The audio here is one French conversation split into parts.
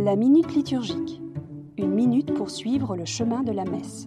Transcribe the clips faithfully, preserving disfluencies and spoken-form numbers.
La minute liturgique. Une minute pour suivre le chemin de la messe.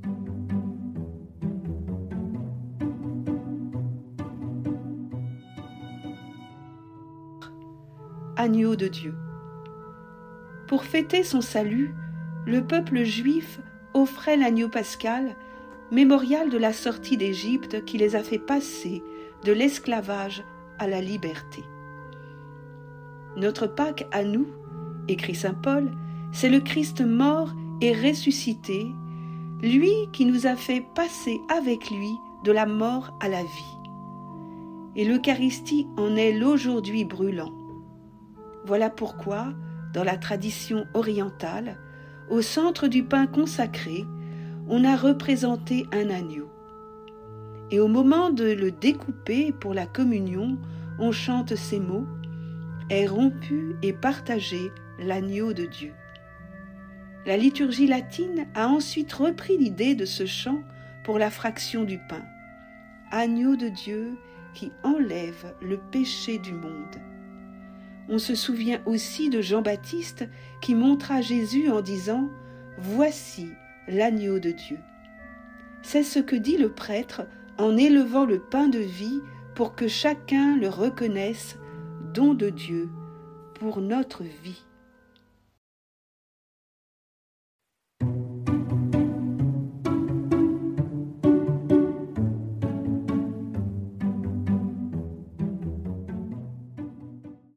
Agneau de Dieu. Pour fêter son salut, le peuple juif offrait l'agneau pascal, mémorial de la sortie d'Égypte qui les a fait passer de l'esclavage à la liberté. Notre Pâque à nous, écrit saint Paul, c'est le Christ mort et ressuscité, lui qui nous a fait passer avec lui de la mort à la vie. Et l'Eucharistie en est l'aujourd'hui brûlant. Voilà pourquoi, dans la tradition orientale, au centre du pain consacré, on a représenté un agneau. Et au moment de le découper pour la communion, on chante ces mots « Est rompu et partagé l'agneau de Dieu ». La liturgie latine a ensuite repris l'idée de ce chant pour la fraction du pain. Agneau de Dieu qui enlève le péché du monde. On se souvient aussi de Jean-Baptiste qui montra Jésus en disant « Voici l'agneau de Dieu ». C'est ce que dit le prêtre en élevant le pain de vie pour que chacun le reconnaisse, don de Dieu pour notre vie.